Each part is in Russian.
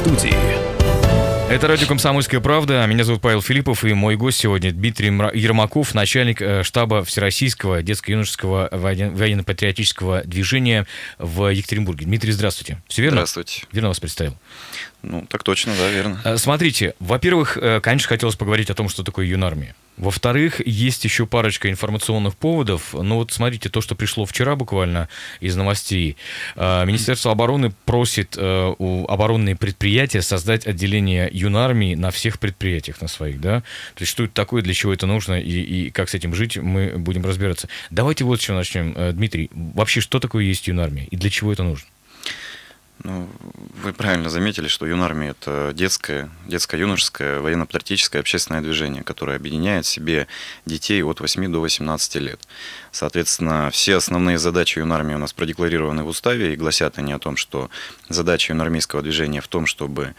студии. Это радио «Комсомольская правда». Меня зовут Павел Филиппов, и мой гость сегодня Дмитрий Ермаков, начальник штаба Всероссийского детско-юношеского военно-патриотического движения в Екатеринбурге. Дмитрий, здравствуйте. Все верно? Здравствуйте. Верно вас представил? Ну, так точно, да, верно. Смотрите, во-первых, конечно, хотелось поговорить о том, что такое юнармия. Во-вторых, есть еще парочка информационных поводов. Ну вот смотрите, то, что пришло вчера буквально из новостей. Министерство обороны просит у оборонные предприятия создать отделение юнармии на всех предприятиях на своих, да? То есть что это такое, для чего это нужно и как с этим жить, мы будем разбираться. Давайте вот с чего начнем. Дмитрий, вообще что такое есть юнармия и для чего это нужно? Ну, вы правильно заметили, что юнармия – это детско-юношеское военно-патриотическое общественное движение, которое объединяет в себе детей от 8 до 18 лет. Соответственно, все основные задачи юнармии у нас продекларированы в уставе, и гласят они о том, что задача юнармейского движения в том, чтобы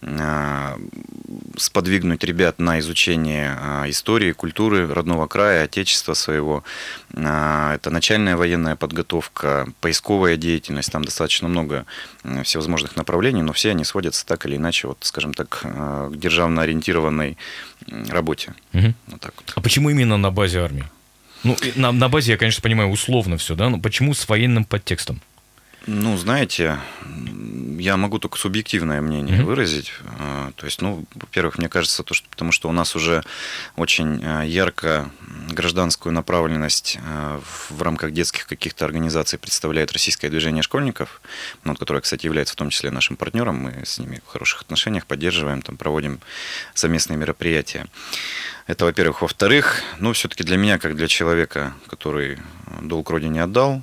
сподвигнуть ребят на изучение истории, культуры родного края, отечества своего. Это начальная военная подготовка, поисковая деятельность, там достаточно много всевозможных направлений, но все они сводятся так или иначе, вот, скажем так, к державно ориентированной работе. Угу. Вот так вот. А почему именно на базе армии? Ну, на базе, я, конечно, понимаю, условно все, да, но почему с военным подтекстом? Ну, знаете, я могу только субъективное мнение выразить. То есть, ну, во-первых, мне кажется, потому что у нас уже очень ярко гражданскую направленность в рамках детских каких-то организаций представляет Российское движение школьников, которое, кстати, является в том числе нашим партнером. Мы с ними в хороших отношениях, поддерживаем, там, проводим совместные мероприятия. Это, во-первых. Во-вторых, ну, все-таки для меня, как для человека, который долг родине отдал,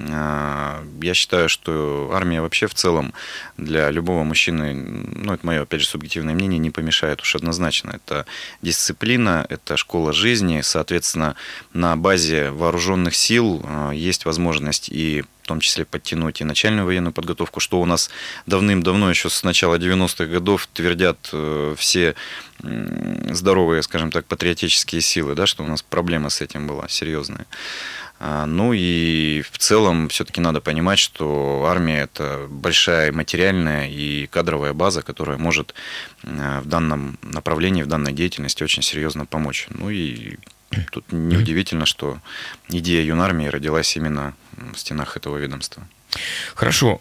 я считаю, что армия вообще в целом для любого мужчины, ну, это мое, опять же, субъективное мнение, не помешает уж однозначно. Это дисциплина, это школа жизни, соответственно, на базе вооруженных сил есть возможность и в том числе подтянуть и начальную военную подготовку, что у нас давным-давно, еще с начала 90-х годов, твердят все здоровые, скажем так, патриотические силы, да, что у нас проблема с этим была серьезная. Ну и в целом все-таки надо понимать, что армия – это большая материальная и кадровая база, которая может в данном направлении, в данной деятельности очень серьезно помочь. Ну и тут неудивительно, что идея юнармии родилась именно в стенах этого ведомства. Хорошо.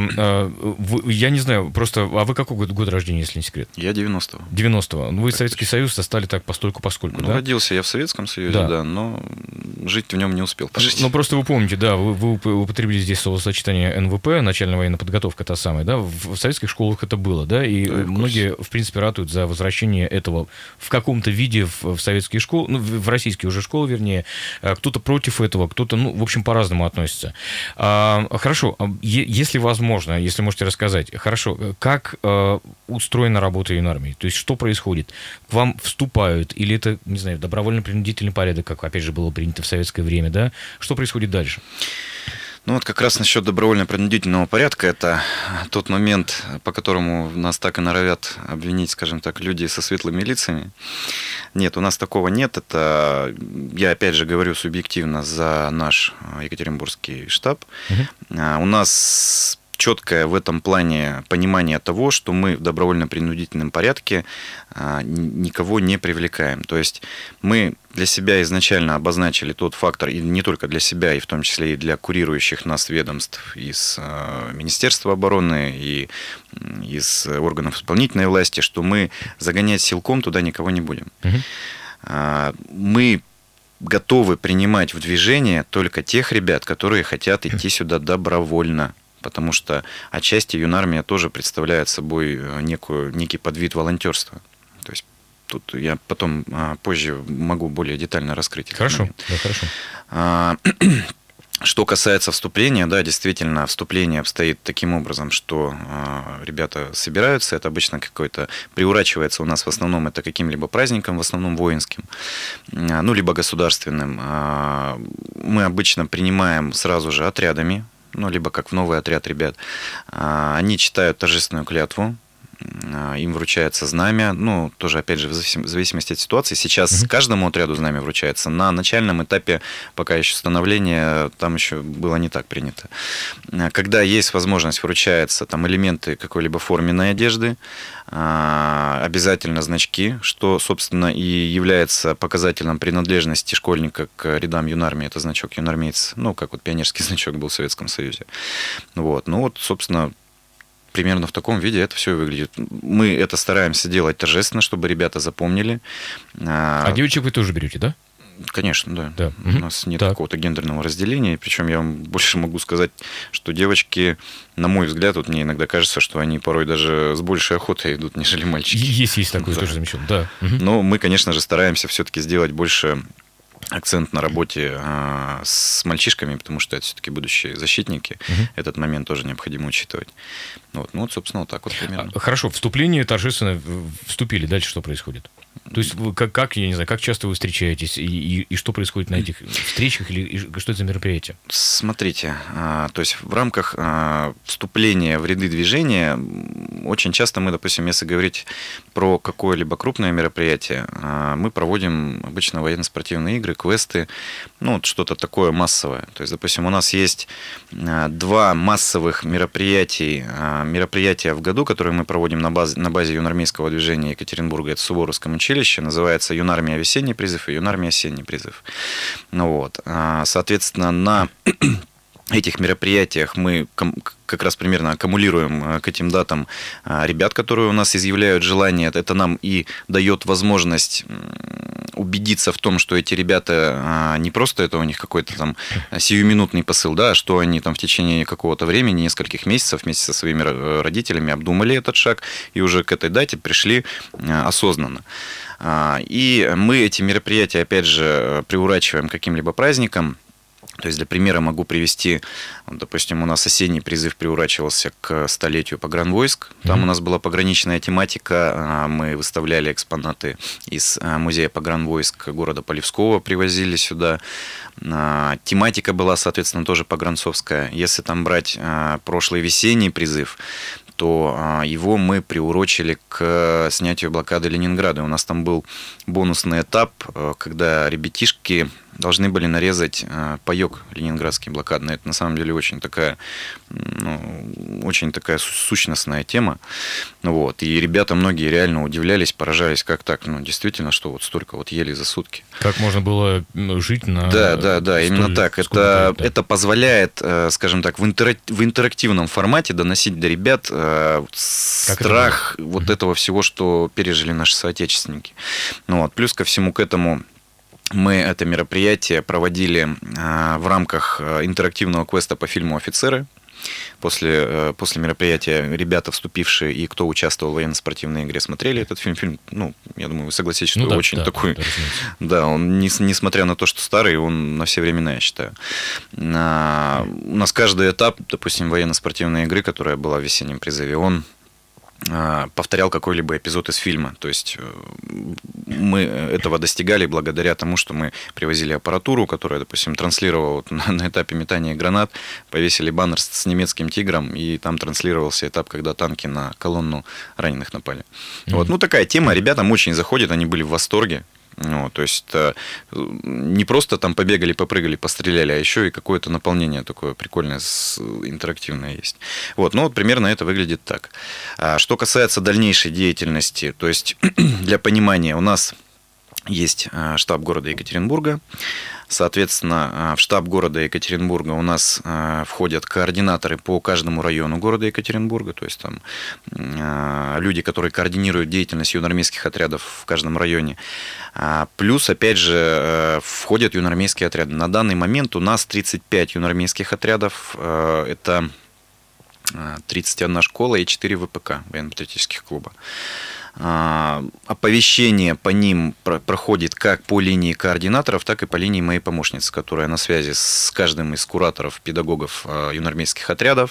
Я не знаю, просто... А вы какой год рождения, если не секрет? Я 90-го. 90-го. Вы Советский Союз застали так постольку-поскольку, ну, да? Родился я в Советском Союзе, да, но жить в нем не успел пожить. Ну, просто вы помните, да, вы употребили здесь словосочетание НВП, начальная военная подготовка, та самая, да? В советских школах это было, да? И да, многие, в принципе, ратуют за возвращение этого в каком-то виде в советские школы, ну, в российские уже школы, вернее. Кто-то против этого, кто-то, ну, в общем, по-разному относится. Хорошо, если возможно, если можете рассказать, хорошо, как устроена работа юнармии? То есть, что происходит? К вам вступают, или это, не знаю, добровольно-принудительный порядок, как, опять же, было принято в советское время, да? Что происходит дальше? Ну вот как раз насчет добровольно-принудительного порядка, это тот момент, по которому нас так и норовят обвинить, скажем так, люди со светлыми лицами. Нет, у нас такого нет. Это, я опять же говорю субъективно за наш екатеринбургский штаб. У нас четкое в этом плане понимание того, что мы в добровольно-принудительном порядке никого не привлекаем. То есть мы для себя изначально обозначили тот фактор, и не только для себя, и в том числе и для курирующих нас ведомств из Министерства обороны и из органов исполнительной власти, что мы загонять силком туда никого не будем. Мы готовы принимать в движение только тех ребят, которые хотят идти сюда добровольно. Потому что отчасти юнармия тоже представляет собой некий подвид волонтерства. То есть тут я потом позже могу более детально раскрыть. Хорошо, да, хорошо. Что касается вступления, да, действительно, вступление обстоит таким образом, что ребята собираются, это обычно какой-то, приурачивается у нас в основном это каким-либо праздником, в основном воинским, ну, либо государственным. Мы обычно принимаем сразу же отрядами, ну, либо как в новый отряд ребят. Они читают торжественную клятву, им вручается знамя, ну, тоже, опять же, в зависимости от ситуации. Сейчас каждому отряду знамя вручается. На начальном этапе, пока еще становления, там еще было не так принято. Когда есть возможность, вручаются там элементы какой-либо форменной одежды, обязательно значки, что, собственно, и является показателем принадлежности школьника к рядам юнармии. Это значок юнармейц, ну, как вот пионерский значок был в Советском Союзе. Вот. Ну, вот, собственно, примерно в таком виде это все выглядит. Мы это стараемся делать торжественно, чтобы ребята запомнили. А девочек вы тоже берете, да? Конечно, да. У нас нет какого-то гендерного разделения. Причем я вам больше могу сказать, что девочки, на мой взгляд, вот мне иногда кажется, что они порой даже с большей охотой идут, нежели мальчики. Есть такое, тоже замечательно, да. Но мы, конечно же, стараемся все-таки сделать больше акцент на работе с мальчишками, потому что это все-таки будущие защитники. Этот момент тоже необходимо учитывать. Вот. Ну, вот, собственно, вот так вот примерно. Хорошо, вступление торжественно вступили. Дальше что происходит? То есть, как я не знаю, как часто вы встречаетесь, и что происходит на этих встречах, или что это за мероприятие? Смотрите, то есть в рамках вступления в ряды движения очень часто мы, допустим, если говорить про какое-либо крупное мероприятие, мы проводим обычно военно-спортивные игры, квесты, ну, вот что-то такое массовое. То есть, допустим, у нас есть 2 массовых мероприятия в году, которые мы проводим на базе юнармейского движения Екатеринбурга. Это в Суворовском училище, называется «Юнармия весенний призыв» и «Юнармия осенний призыв». Ну, вот. Соответственно, на этих мероприятиях мы как раз примерно аккумулируем к этим датам ребят, которые у нас изъявляют желание. Это нам и дает возможность убедиться в том, что эти ребята не просто это у них какой-то там сиюминутный посыл, да, что они там в течение какого-то времени, нескольких месяцев вместе со своими родителями обдумали этот шаг и уже к этой дате пришли осознанно. И мы эти мероприятия, опять же, приурачиваем к каким-либо праздникам. То есть, для примера могу привести, допустим, у нас осенний призыв приурачивался к 100-летию погранвойск. Там у нас была пограничная тематика, мы выставляли экспонаты из музея погранвойск города Полевского, привозили сюда. Тематика была, соответственно, тоже погранцовская. Если там брать прошлый весенний призыв, то его мы приурочили к снятию блокады Ленинграда. У нас там был бонусный этап, когда ребятишки должны были нарезать паёк ленинградский блокадный. Это на самом деле очень такая сущностная тема. Вот. И ребята многие реально удивлялись, поражались, как так, действительно, что вот столько вот ели за сутки. Как можно было жить на... Да, именно так. Это позволяет, скажем так, в интерактивном формате доносить до ребят страх вот этого всего, что пережили наши соотечественники. Вот. Плюс ко всему к этому мы это мероприятие проводили в рамках интерактивного квеста по фильму «Офицеры». После мероприятия ребята, вступившие и кто участвовал в военно-спортивной игре, смотрели этот фильм. Фильм, я думаю, вы согласитесь, что очень такой... Да, он, несмотря на то, что старый, он на все времена, я считаю. У нас каждый этап, допустим, военно-спортивной игры, которая была в весеннем призыве, он повторял какой-либо эпизод из фильма. То есть мы этого достигали благодаря тому, что мы привозили аппаратуру, которая, допустим, транслировала на этапе метания гранат, повесили баннер с немецким тигром, и там транслировался этап, когда танки на колонну раненых напали. Вот. Такая тема, ребятам очень заходит, они были в восторге. То есть не просто там побегали, попрыгали, постреляли, а еще и какое-то наполнение такое прикольное, интерактивное есть. Вот примерно это выглядит так. Что касается дальнейшей деятельности, то есть для понимания, у нас есть штаб города Екатеринбурга. Соответственно, в штаб города Екатеринбурга у нас входят координаторы по каждому району города Екатеринбурга, то есть там люди, которые координируют деятельность юнармейских отрядов в каждом районе. Плюс, опять же, входят юнармейские отряды. На данный момент у нас 35 юнармейских отрядов. Это 31 школа и 4 ВПК, военно-патриотических клуба. Оповещение по ним проходит как по линии координаторов, так и по линии моей помощницы, которая на связи с каждым из кураторов, педагогов юнармейских отрядов.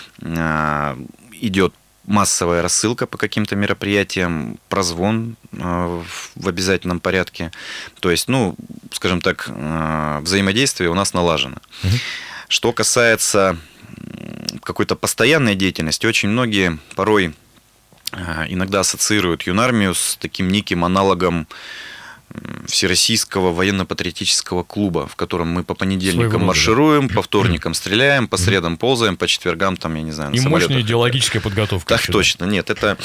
Идет массовая рассылка по каким-то мероприятиям, прозвон в обязательном порядке. То есть, скажем так, взаимодействие у нас налажено. Что касается какой-то постоянной деятельности, очень многие порой иногда ассоциируют юнармию с таким неким аналогом Всероссийского военно-патриотического клуба, в котором мы по понедельникам маршируем, по вторникам стреляем, по средам ползаем, по четвергам там, я не знаю, на самолетах. И мощная идеологическая подготовка. Так точно. Нет, это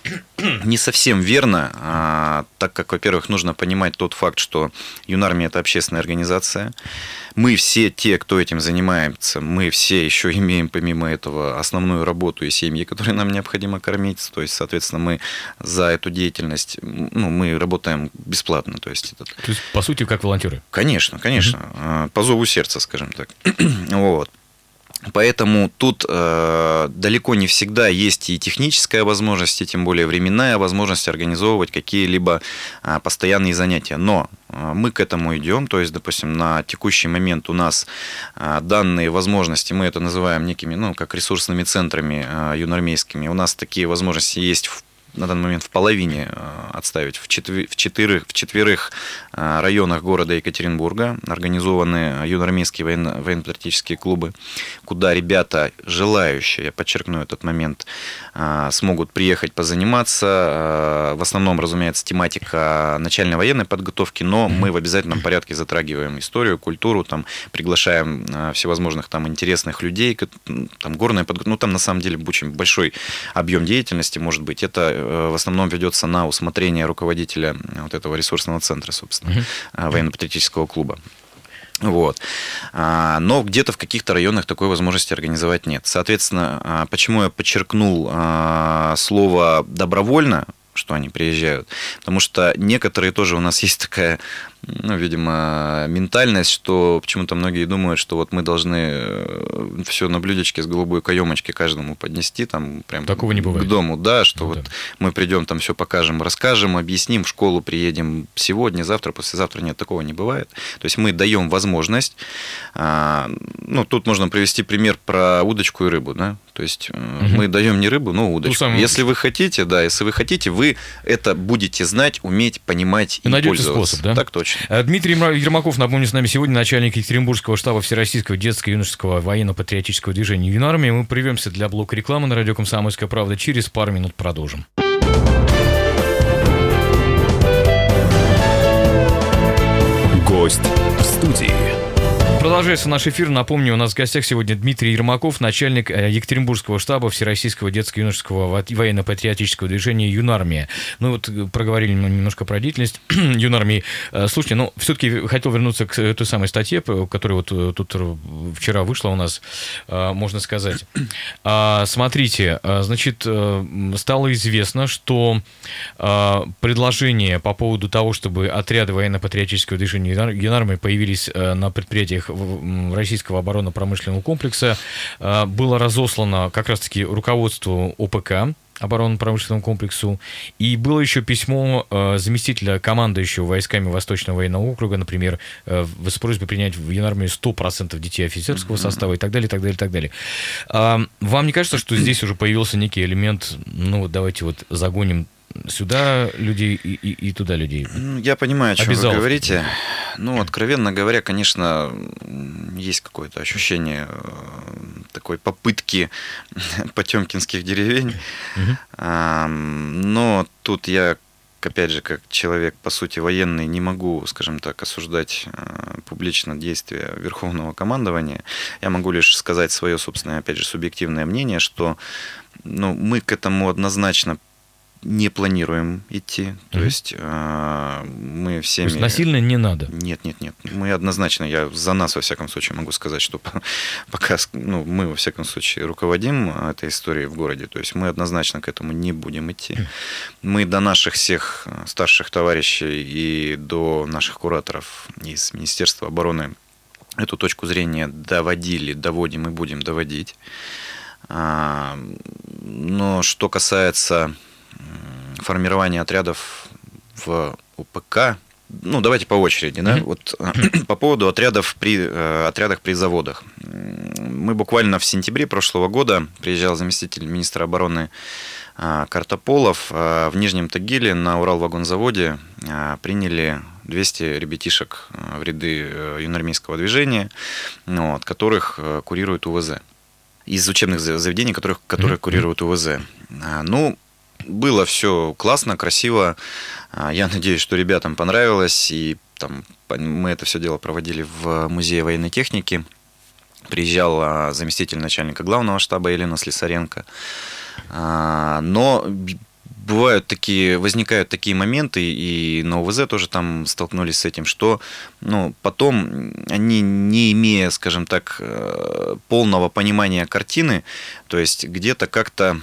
не совсем верно, так как, во-первых, нужно понимать тот факт, что юнармия – это общественная организация. Мы все те, кто этим занимается, мы все еще имеем помимо этого основную работу и семьи, которые нам необходимо кормить. То есть, соответственно, мы за эту деятельность, мы работаем бесплатно. То есть, по сути, как волонтеры? Конечно, конечно. По зову сердца, скажем так. Вот. Поэтому тут далеко не всегда есть и техническая возможность, и тем более временная возможность организовывать какие-либо постоянные занятия. Но мы к этому идем, то есть, допустим, на текущий момент у нас данные возможности, мы это называем некими, как ресурсными центрами юнармейскими, у нас такие возможности есть на данный момент в половине отставить, в четверых районах города Екатеринбурга организованы юноармейские военно-патриотические клубы, куда ребята, желающие, я подчеркну этот момент, смогут приехать позаниматься. В основном, разумеется, тематика начальной военной подготовки, но мы в обязательном порядке затрагиваем историю, культуру, там, приглашаем всевозможных там интересных людей, там, горная подготовка, там на самом деле очень большой объем деятельности может быть. Это в основном ведется на усмотрение руководителя вот этого ресурсного центра, собственно, военно-патриотического клуба. Вот. Но где-то в каких-то районах такой возможности организовать нет. Соответственно, почему я подчеркнул слово «добровольно», что они приезжают? Потому что некоторые тоже у нас есть такая, видимо, ментальность, что почему-то многие думают, что вот мы должны все на блюдечке с голубой каемочки каждому поднести там прям такого не бывает. К дому, да, что вот мы придем там все покажем, расскажем, объясним, в школу приедем сегодня, завтра, послезавтра. Нет, такого не бывает. То есть мы даем возможность. Тут можно привести пример про удочку и рыбу, да. То есть мы даем не рыбу, но удочку. Если вы хотите, вы это будете знать, уметь, понимать и пользоваться. Способ, да? Так точно. Дмитрий Ермаков, напомню, с нами сегодня начальник Екатеринбургского штаба Всероссийского детско-юношеского военно-патриотического движения «Юнармия». Мы прервемся для блока рекламы на радио «Комсомольская правда». Через пару минут продолжим. Гость в студии. Продолжается наш эфир. Напомню, у нас в гостях сегодня Дмитрий Ермаков, начальник Екатеринбургского штаба Всероссийского детско-юношеского военно-патриотического движения «Юнармия». Проговорили немножко про деятельность Юнармии. Слушайте, все-таки хотел вернуться к той самой статье, которая вот тут вчера вышла у нас, можно сказать. Смотрите, значит, стало известно, что предложение по поводу того, чтобы отряды военно-патриотического движения «Юнармия» появились на предприятиях российского оборонно-промышленного комплекса, было разослано как раз-таки руководству ОПК, оборонно-промышленному комплексу, и было еще письмо заместителя командующего войсками Восточного военного округа, например, с просьбой принять в Юнармию 100% детей офицерского состава и так далее, и так далее, и так далее. Вам не кажется, что здесь уже появился некий элемент, давайте вот загоним сюда людей и туда людей? Я понимаю, о чем вы говорите. Откровенно говоря, конечно, есть какое-то ощущение такой попытки потемкинских деревень. Но тут я, опять же, как человек, по сути, военный, не могу, скажем так, осуждать публично действия Верховного командования. Я могу лишь сказать свое собственное, опять же, субъективное мнение, что мы к этому однозначно не планируем идти. То есть мы всеми... То есть насильно не надо? Нет. Мы однозначно, я за нас, во всяком случае, могу сказать, что пока мы, во всяком случае, руководим этой историей в городе, то есть мы однозначно к этому не будем идти. Мы до наших всех старших товарищей и до наших кураторов из Министерства обороны эту точку зрения доводим и будем доводить. Но что касается формирования отрядов в УПК, давайте по очереди, да? Вот по поводу отрядах при заводах. Мы буквально в сентябре прошлого года приезжал заместитель министра обороны Картополов. В Нижнем Тагиле на Уралвагонзаводе приняли 200 ребятишек в ряды юноармейского движения, которых курирует УВЗ. Из учебных заведений, которых курирует УВЗ. было все классно, красиво. Я надеюсь, что ребятам понравилось. И там мы это все дело проводили в Музее военной техники. Приезжал заместитель начальника главного штаба Елена Слесаренко. Но возникают такие моменты, и на ОВЗ тоже там столкнулись с этим, что потом они, не имея, скажем так, полного понимания картины, то есть где-то как-то...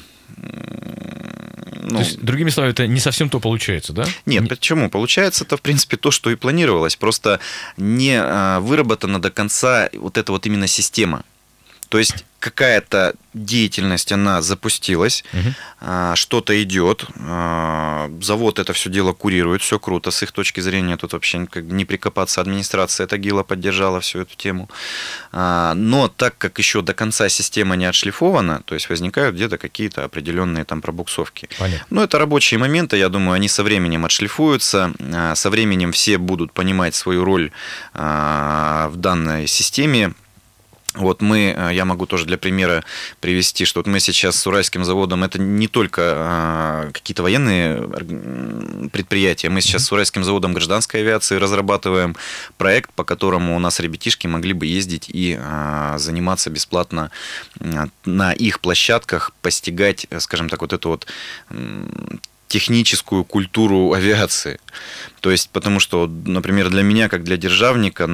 То есть, другими словами, это не совсем то получается, да? Нет, почему? Получается это, в принципе, то, что и планировалось, просто не выработана до конца вот эта вот именно система. То есть какая-то деятельность, она запустилась, что-то идет, завод это все дело курирует, все круто, с их точки зрения тут вообще не прикопаться, администрация Тагила поддержала всю эту тему. Но так как еще до конца система не отшлифована, то есть возникают где-то какие-то определенные там пробуксовки. Понятно. Но это рабочие моменты, я думаю, они со временем отшлифуются, со временем все будут понимать свою роль в данной системе. Вот я могу тоже для примера привести, что вот мы сейчас с Уральским заводом, это не только какие-то военные предприятия, мы сейчас с Уральским заводом гражданской авиации разрабатываем проект, по которому у нас ребятишки могли бы ездить и заниматься бесплатно на их площадках, постигать, скажем так, вот эту вот техническую культуру авиации. То есть, потому что, например, для меня, как для державника,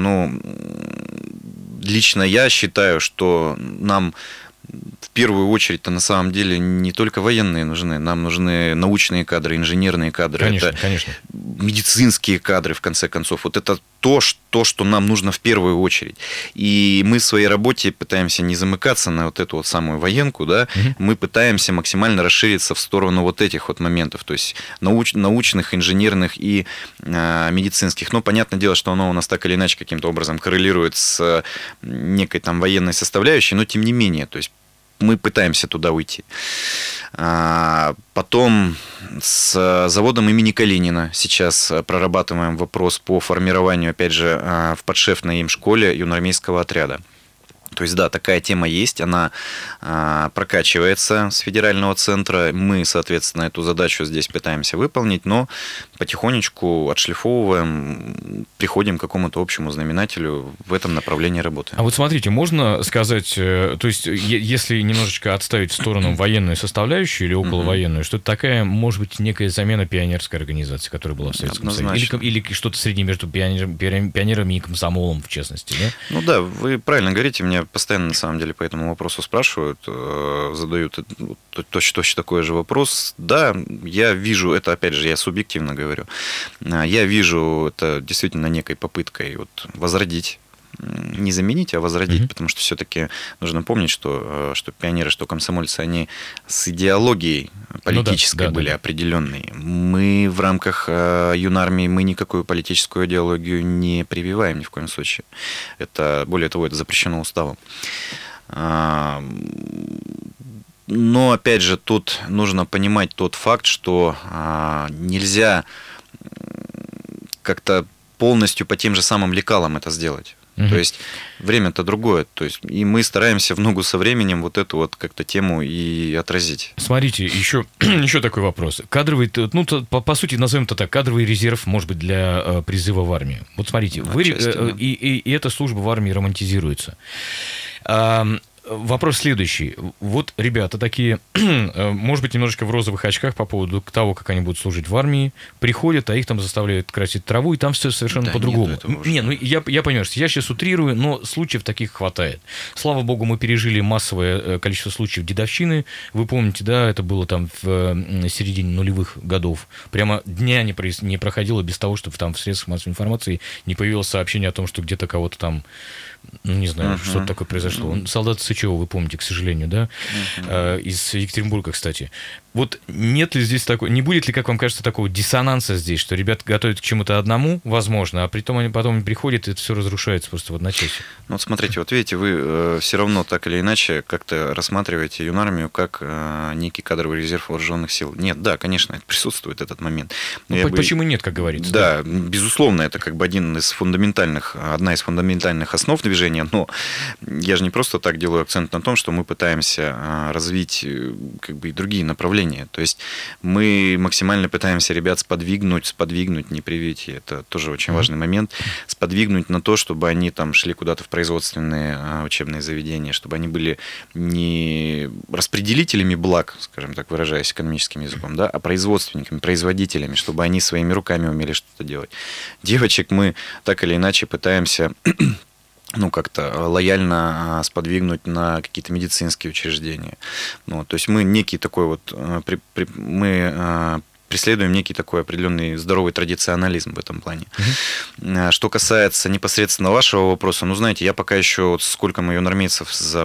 лично я считаю, что нам в первую очередь-то на самом деле не только военные нужны, нам нужны научные кадры, инженерные кадры, конечно. Медицинские кадры, в конце концов. Вот это то, что нам нужно в первую очередь. И мы в своей работе пытаемся не замыкаться на вот эту вот самую военку, да, мы пытаемся максимально расшириться в сторону вот этих вот моментов, то есть научных, инженерных и медицинских. Но понятное дело, что оно у нас так или иначе каким-то образом коррелирует с некой там военной составляющей, но тем не менее, то есть мы пытаемся туда уйти. Потом с заводом имени Калинина сейчас прорабатываем вопрос по формированию, опять же, в подшефной им школе юноармейского отряда. То есть, да, такая тема есть, она прокачивается с федерального центра. Мы, соответственно, эту задачу здесь пытаемся выполнить, но потихонечку отшлифовываем, приходим к какому-то общему знаменателю, в этом направлении работаем. А вот смотрите, можно сказать, то есть, если немножечко отставить в сторону военную составляющую или околовоенную, что это такая, может быть, некая замена пионерской организации, которая была в Советском Союзе? Или что-то среднее между пионерами и комсомолом, в частности, да? Ну да, вы правильно говорите, меня постоянно, на самом деле, по этому вопросу спрашивают, задают точно такой же вопрос. Да, я вижу, это, опять же, я субъективно говорю, я вижу это действительно некой попыткой возродить, не заменить, а возродить, потому что все-таки нужно помнить, что пионеры, что комсомольцы, они с идеологией политической были определенные. Мы в рамках юнармии, мы никакую политическую идеологию не прививаем ни в коем случае. Это, более того, это запрещено уставом. Но, опять же, тут нужно понимать тот факт, что нельзя как-то полностью по тем же самым лекалам это сделать. То есть время-то другое. То есть, и мы стараемся в ногу со временем вот эту вот как-то тему и отразить. Смотрите, еще такой вопрос. Кадровый, по сути, назовем это так, кадровый резерв, может быть, для призыва в армию. Вот смотрите, и эта служба в армии романтизируется. Вопрос следующий. Вот ребята такие, может быть, немножечко в розовых очках по поводу того, как они будут служить в армии, приходят, а их там заставляют красить траву, и там все совершенно по-другому. Я понимаю, что я сейчас утрирую, но случаев таких хватает. Слава богу, мы пережили массовое количество случаев дедовщины. Вы помните, да, это было там в середине нулевых годов. Прямо дня не проходило без того, чтобы там в средствах массовой информации не появилось сообщение о том, что где-то кого-то там, не знаю, что-то такое произошло. Солдат Сычева, вы помните, к сожалению, да? Из Екатеринбурга, кстати. Вот нет ли здесь такой, не будет ли, как вам кажется, такого диссонанса здесь, что ребята готовят к чему-то одному, возможно, а притом они потом приходят, и это все разрушается просто в одночасье? Ну, вот смотрите, вот видите, вы все равно так или иначе как-то рассматриваете юнармию как некий кадровый резерв вооруженных сил. Нет, да, конечно, это присутствует этот момент. Почему нет, как говорится? Да, безусловно, это как бы одна из фундаментальных основ движения, но я же не просто так делаю акцент на том, что мы пытаемся развить как бы и другие направления движение. То есть мы максимально пытаемся ребят сподвигнуть, не привить, это тоже очень важный момент, сподвигнуть на то, чтобы они там шли куда-то в производственные учебные заведения, чтобы они были не распределителями благ, скажем так, выражаясь экономическим языком, да, а производственниками, производителями, чтобы они своими руками умели что-то делать. Девочек мы так или иначе пытаемся как-то лояльно сподвигнуть на какие-то медицинские учреждения. То есть мы некий такой мы преследуем некий такой определенный здоровый традиционализм в этом плане. Что касается непосредственно вашего вопроса, знаете, я пока еще, сколько мы юнормейцев за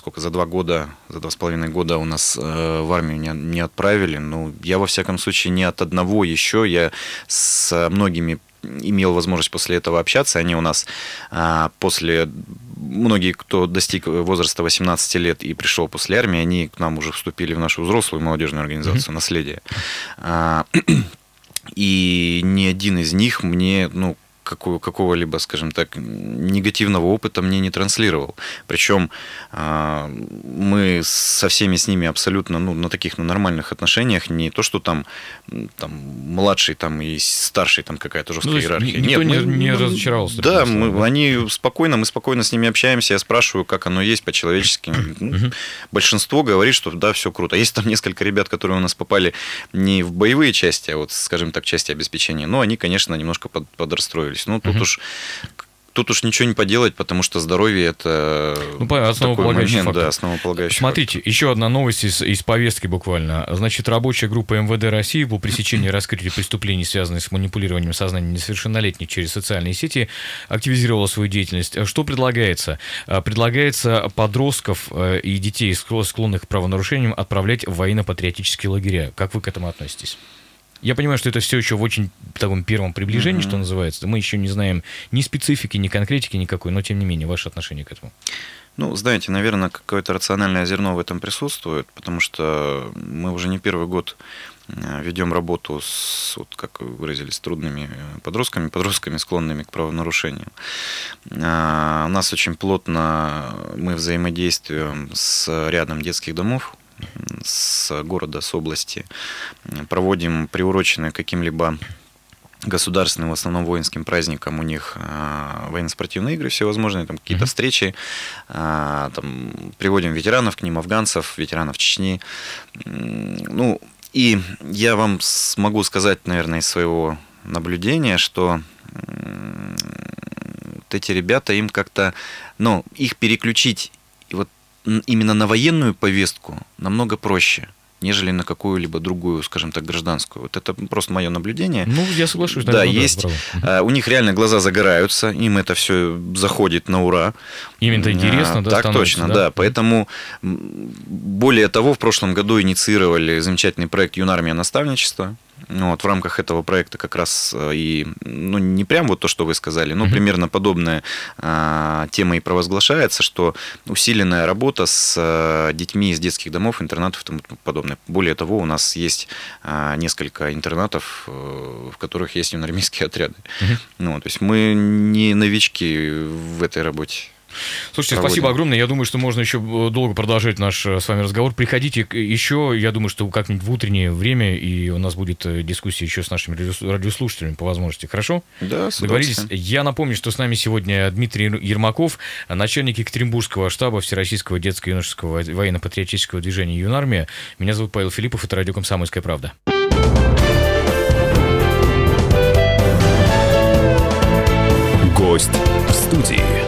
2,5 года у нас в армию не отправили, я во всяком случае ни от одного еще, я с многими имел возможность после этого общаться. Они у нас многие, кто достиг возраста 18 лет и пришел после армии, они к нам уже вступили в нашу взрослую молодежную организацию «Наследие». И ни один из них мне, какого-либо, скажем так, негативного опыта мне не транслировал. Причем мы со всеми с ними абсолютно на таких нормальных отношениях, не то, что там младший и старший какая-то жесткая иерархия. Никто не разочаровался. Да, мы спокойно с ними общаемся, я спрашиваю, как оно есть по-человечески. Большинство говорит, что да, все круто. Есть там несколько ребят, которые у нас попали не в боевые части, а скажем так, части обеспечения, но они, конечно, немножко подрастроились. Тут уж ничего не поделать, потому что здоровье – это основополагающий фактор. Да, основополагающий Смотрите, фактор. еще одна новость из повестки буквально. Значит, рабочая группа МВД России по пресечению и раскрытию преступлений, связанных с манипулированием сознанием несовершеннолетних через социальные сети, активизировала свою деятельность. Что предлагается? Предлагается подростков и детей, склонных к правонарушениям, отправлять в военно-патриотические лагеря. Как вы к этому относитесь? Я понимаю, что это все еще в очень таком первом приближении, что называется. Мы еще не знаем ни специфики, ни конкретики никакой, но тем не менее, ваше отношение к этому. Знаете, наверное, какое-то рациональное зерно в этом присутствует, потому что мы уже не первый год ведем работу с, как вы выразились, трудными подростками, склонными к правонарушениям. У нас очень плотно мы взаимодействуем с рядом детских домов, с города, с области, проводим приуроченные каким-либо государственным, в основном воинским праздникам у них военно-спортивные игры всевозможные, там какие-то встречи, приводим ветеранов к ним, афганцев, ветеранов Чечни. И я вам могу сказать, наверное, из своего наблюдения, что эти ребята, им как-то, их переключить именно на военную повестку намного проще, нежели на какую-либо другую, скажем так, гражданскую. Это просто мое наблюдение. Я соглашусь. Да, есть. У них реально глаза загораются, им это все заходит на ура. Им это интересно, да? Так точно, да. Поэтому, более того, в прошлом году инициировали замечательный проект «Юнармия наставничества». В рамках этого проекта как раз и, не прям то, что вы сказали, но примерно подобная тема и провозглашается, что усиленная работа с детьми из детских домов, интернатов и тому подобное. Более того, у нас есть несколько интернатов, в которых есть юнармейские отряды. То есть мы не новички в этой работе. Слушайте, спасибо огромное. Я думаю, что можно еще долго продолжать наш с вами разговор. Приходите еще, я думаю, что как-нибудь в утреннее время, и у нас будет дискуссия еще с нашими радиослушателями по возможности. Хорошо? Да, с договорились. Я напомню, что с нами сегодня Дмитрий Ермаков, начальник Екатеринбургского штаба Всероссийского детско-юношеского военно-патриотического движения «Юнармия». Меня зовут Павел Филиппов, это радио «Комсомольская правда». Гость в студии.